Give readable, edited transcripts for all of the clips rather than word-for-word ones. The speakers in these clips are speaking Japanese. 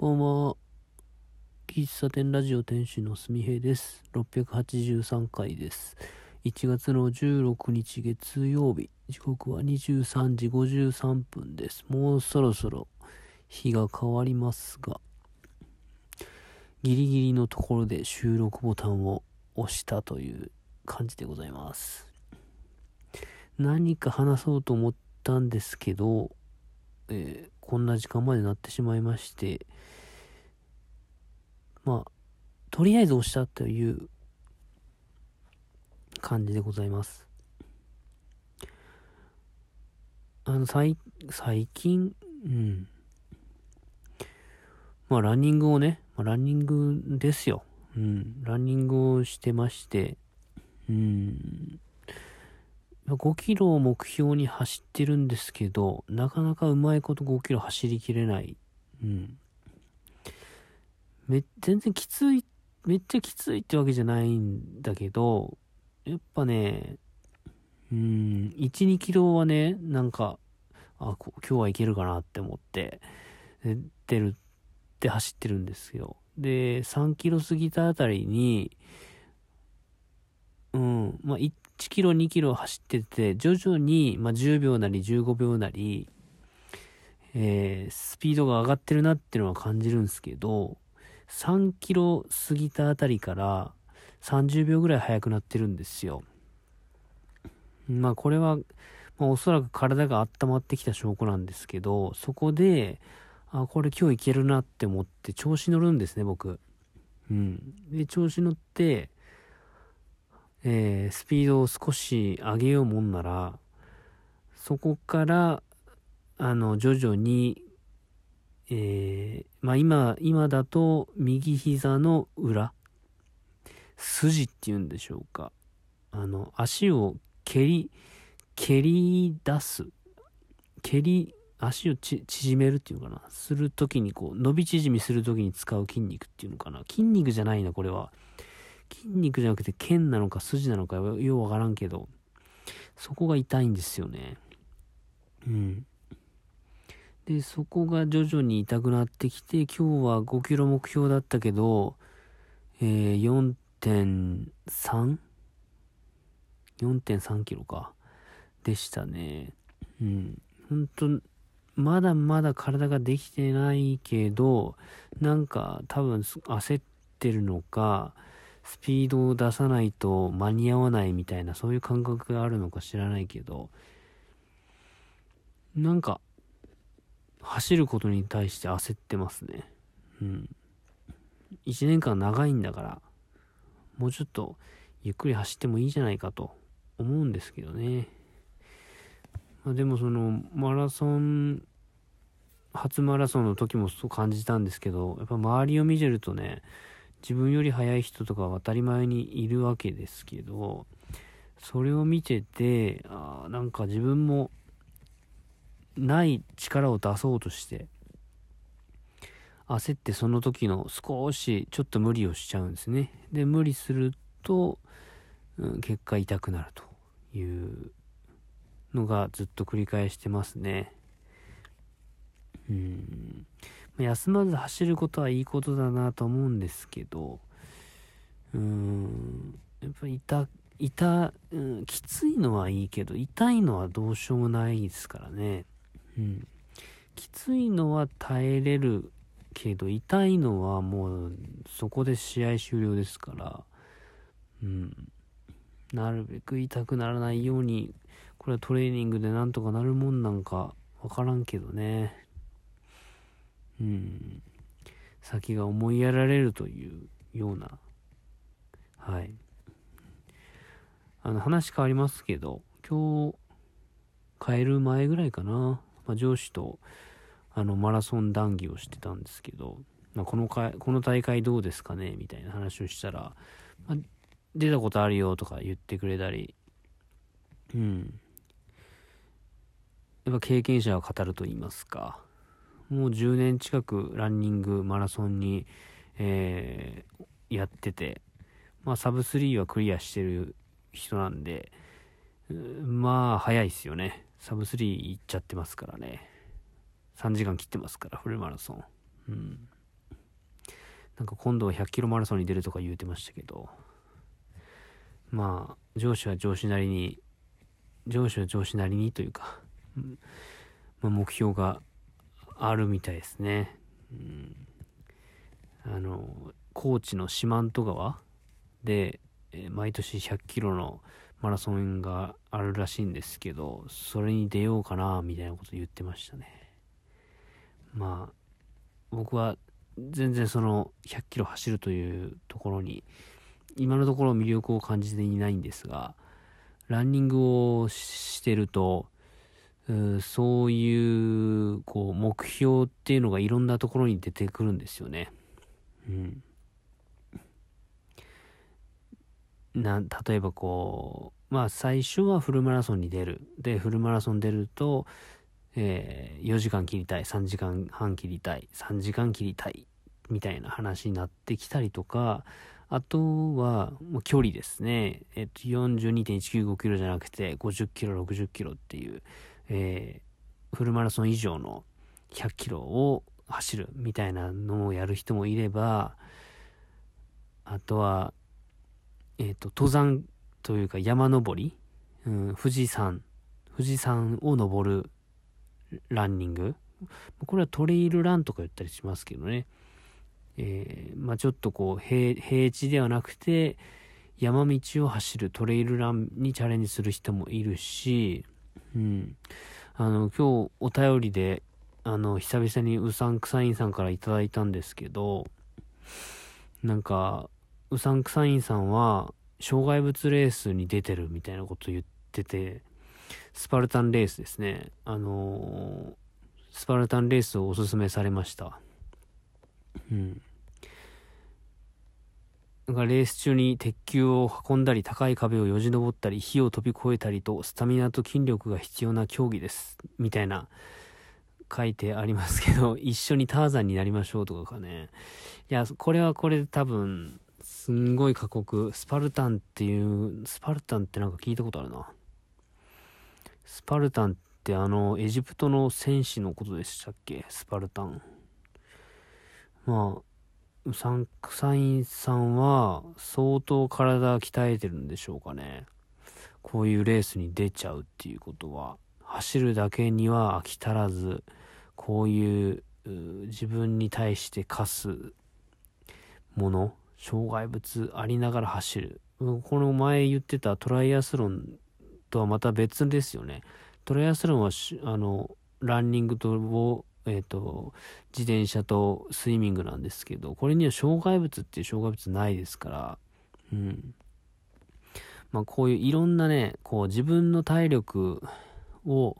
こんばんは。喫茶店ラジオ店主のすみへいです。683回です。1月の16日月曜日。時刻は23時53分です。もうそろそろ日が変わりますが、ギリギリのところで収録ボタンを押したという感じでございます。何か話そうと思ったんですけど、こんな時間までなってしまいまして、とりあえず押したという感じでございます。最近、ランニングをね、ランニングですよ。ランニングをしてまして、5キロを目標に走ってるんですけど、なかなかうまいこと5キロ走りきれない。全然きつい、めっちゃきついってわけじゃないんだけど、やっぱね、1、2キロはね、なんか、今日はいけるかなって思って、走ってるんですよ。で、3キロ過ぎたあたりに、1キロ、2キロ走ってて、徐々に、10秒なり15秒なり、スピードが上がってるなっていうのは感じるんですけど、3キロ過ぎたあたりから30秒ぐらい速くなってるんですよ。これは、おそらく体が温まってきた証拠なんですけど、そこで、これ今日いけるなって思って調子乗るんですね、僕。で、調子乗って、スピードを少し上げようもんなら、そこから、徐々に、今だと右膝の裏、筋っていうんでしょうか。足を蹴り出す。足を縮めるっていうのかな。するときに伸び縮みするときに使う筋肉っていうのかな。筋肉じゃないな、これは。筋肉じゃなくて腱なのか筋なのかようわからんけど、そこが痛いんですよね。で、そこが徐々に痛くなってきて、今日は5キロ目標だったけど、4.3 キロか。でしたね。本当まだまだ体ができてないけど、なんか多分焦ってるのか、スピードを出さないと間に合わないみたいな、そういう感覚があるのか知らないけど、なんか、走ることに対して焦ってますね。1年間長いんだから、もうちょっとゆっくり走ってもいいじゃないかと思うんですけどね。でも初マラソンの時もそう感じたんですけど、やっぱ周りを見てるとね、自分より速い人とかは当たり前にいるわけですけど、それを見てて、なんか自分もない力を出そうとして、焦ってその時の少しちょっと無理をしちゃうんですね。で、無理すると、結果痛くなるというのがずっと繰り返してますね。休まず走ることはいいことだなと思うんですけど、やっぱりきついのはいいけど、痛いのはどうしようもないですからね。きついのは耐えれるけど、痛いのはもうそこで試合終了ですから、なるべく痛くならないように、これはトレーニングでなんとかなるもんなんかわからんけどね。先が思いやられるというような、話変わりますけど、今日帰る前ぐらいかな、上司とマラソン談義をしてたんですけど、この大会どうですかねみたいな話をしたら、出たことあるよとか言ってくれたり、やっぱ経験者は語ると言いますか、もう10年近くランニングマラソンに、やってて、サブ3はクリアしてる人なんで、早いっすよね。サブ3行っちゃってますからね。3時間切ってますから、フルマラソン。 なんか今度は100キロマラソンに出るとか言うてましたけど、まあ上司は上司なりにというか、目標があるみたいですね。高知の四万十川で、毎年100キロのマラソンがあるらしいんですけど、それに出ようかなみたいなこと言ってましたね。まあ僕は全然その100キロ走るというところに今のところ魅力を感じていないんですが、ランニングをしてるとそういう目標っていうのがいろんなところに出てくるんですよね。例えば最初はフルマラソンに出る。で、フルマラソン出ると、4時間切りたい、3時間半切りたい、3時間切りたい、みたいな話になってきたりとか、あとは、もう距離ですね。42.195 キロじゃなくて、50キロ、60キロっていう、フルマラソン以上の100キロを走るみたいなのをやる人もいれば、あとは、登山というか山登り、富士山を登るランニング。これはトレイルランとか言ったりしますけどね。ちょっと平地ではなくて山道を走るトレイルランにチャレンジする人もいるし、今日お便りで久々にうさんくさいんさんからいただいたんですけど、なんかうさんくさいんさんは障害物レースに出てるみたいなこと言ってて、スパルタンレースですね。スパルタンレースをおすすめされました。なんかレース中に鉄球を運んだり高い壁をよじ登ったり火を飛び越えたりとスタミナと筋力が必要な競技ですみたいな書いてありますけど、一緒にターザンになりましょうとかね。いや、これはこれで多分すんごい過酷。スパルタンってなんか聞いたことあるな。スパルタンってエジプトの戦士のことでしたっけ？スパルタン。うさんくさいさんは相当体鍛えてるんでしょうかね。こういうレースに出ちゃうっていうことは、走るだけには飽き足らず、こういう自分に対して課すもの、障害物ありながら走る。この前言ってたトライアスロンとはまた別ですよね。トライアスロンはランニングと自転車とスイミングなんですけど、これには障害物っていう障害物ないですから、こういういろんなね、自分の体力を、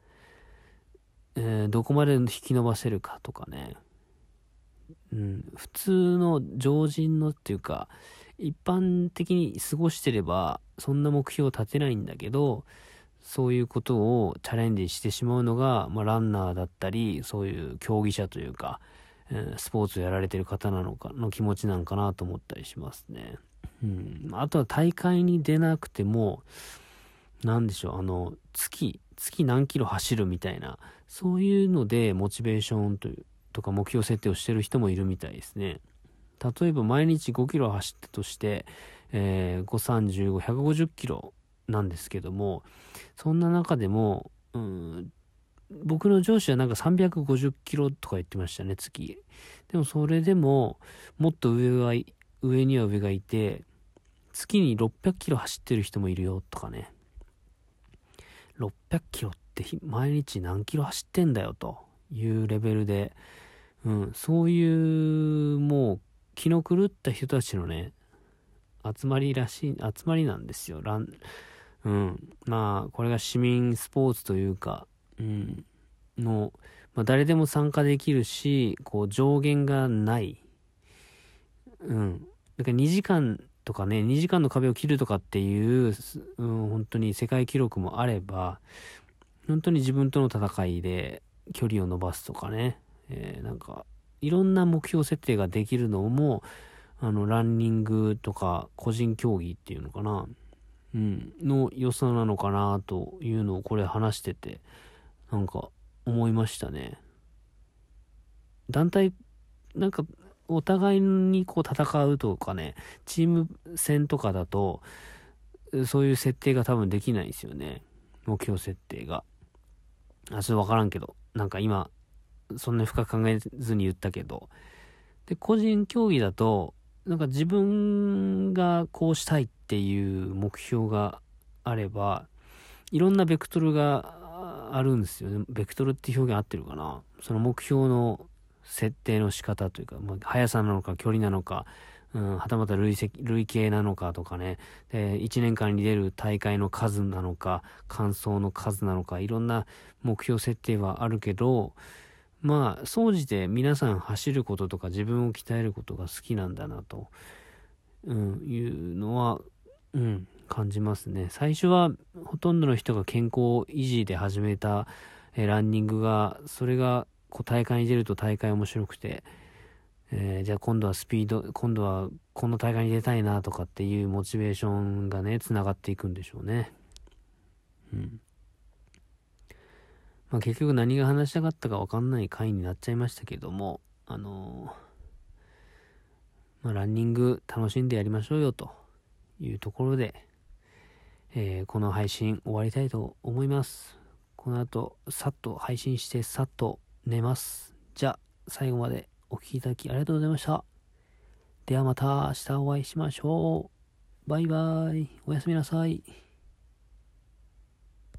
どこまで引き伸ばせるかとかね、普通の常人のっていうか、一般的に過ごしてれば、そんな目標を立てないんだけど、そういうことをチャレンジしてしまうのが、ランナーだったり、そういう競技者というか、スポーツをやられてる方の気持ちなんかなと思ったりしますね。あとは大会に出なくても、なんでしょう、月何キロ走るみたいな、そういうのでモチベーションとか目標設定をしてる人もいるみたいですね。例えば毎日5キロ走ったとして、5、35、150キロなんですけども、そんな中でも、僕の上司はなんか350キロとか言ってましたね、月。でもそれでも、もっと上には上がいて、月に600キロ走ってる人もいるよとかね。600キロって毎日何キロ走ってんだよというレベルで、そういうもう気の狂った人たちのね、集まりなんですよ。これが市民スポーツというか、誰でも参加できるし、上限がない。だから2時間とかね、2時間の壁を切るとかっていう、本当に世界記録もあれば、本当に自分との戦いで距離を伸ばすとかね、いろんな目標設定ができるのも、ランニングとか個人競技っていうのかな、の良さなのかなというのをこれ話してて、なんか思いましたね。団体、 お互いにこう戦うとかね、チーム戦とかだと、そういう設定が多分できないんですよね。目標設定が。ちょっとわからんけど、なんか今、そんなに深く考えずに言ったけど。で、個人競技だと、なんか自分がこうしたいっていう目標があれば、いろんなベクトルがあるんですよね。ベクトルって表現合ってるかな。その目標の設定の仕方というか、速さなのか距離なのか、はたまた類型なのかとかね。で、1年間に出る大会の数なのか、完走の数なのか、いろんな目標設定はあるけど、総じて皆さん走ることとか自分を鍛えることが好きなんだなと、いうのは、感じますね。最初はほとんどの人が健康維持で始めた、ランニングが、それがこう大会に出ると大会面白くて、じゃあ今度はスピード、今度はこの大会に出たいなとかっていうモチベーションがね、つながっていくんでしょうね。結局何が話したかったか分かんない回になっちゃいましたけども、ランニング楽しんでやりましょうよというところで、この配信終わりたいと思います。この後、さっと配信してさっと寝ます。じゃあ、最後までお聞きいただきありがとうございました。ではまた明日お会いしましょう。バイバイ。おやすみなさい。